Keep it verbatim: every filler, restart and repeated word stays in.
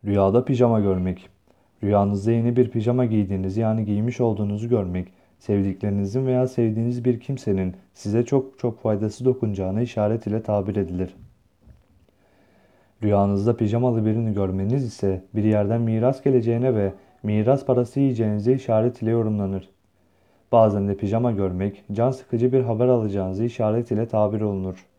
Rüyada pijama görmek. Rüyanızda yeni bir pijama giydiğinizi yani giymiş olduğunuzu görmek, sevdiklerinizin veya sevdiğiniz bir kimsenin size çok çok faydası dokunacağına işaret ile tabir edilir. Rüyanızda pijamalı birini görmeniz ise bir yerden miras geleceğine ve miras parası yiyeceğinize işaret ile yorumlanır. Bazen de pijama görmek, can sıkıcı bir haber alacağınızı işaret ile tabir olunur.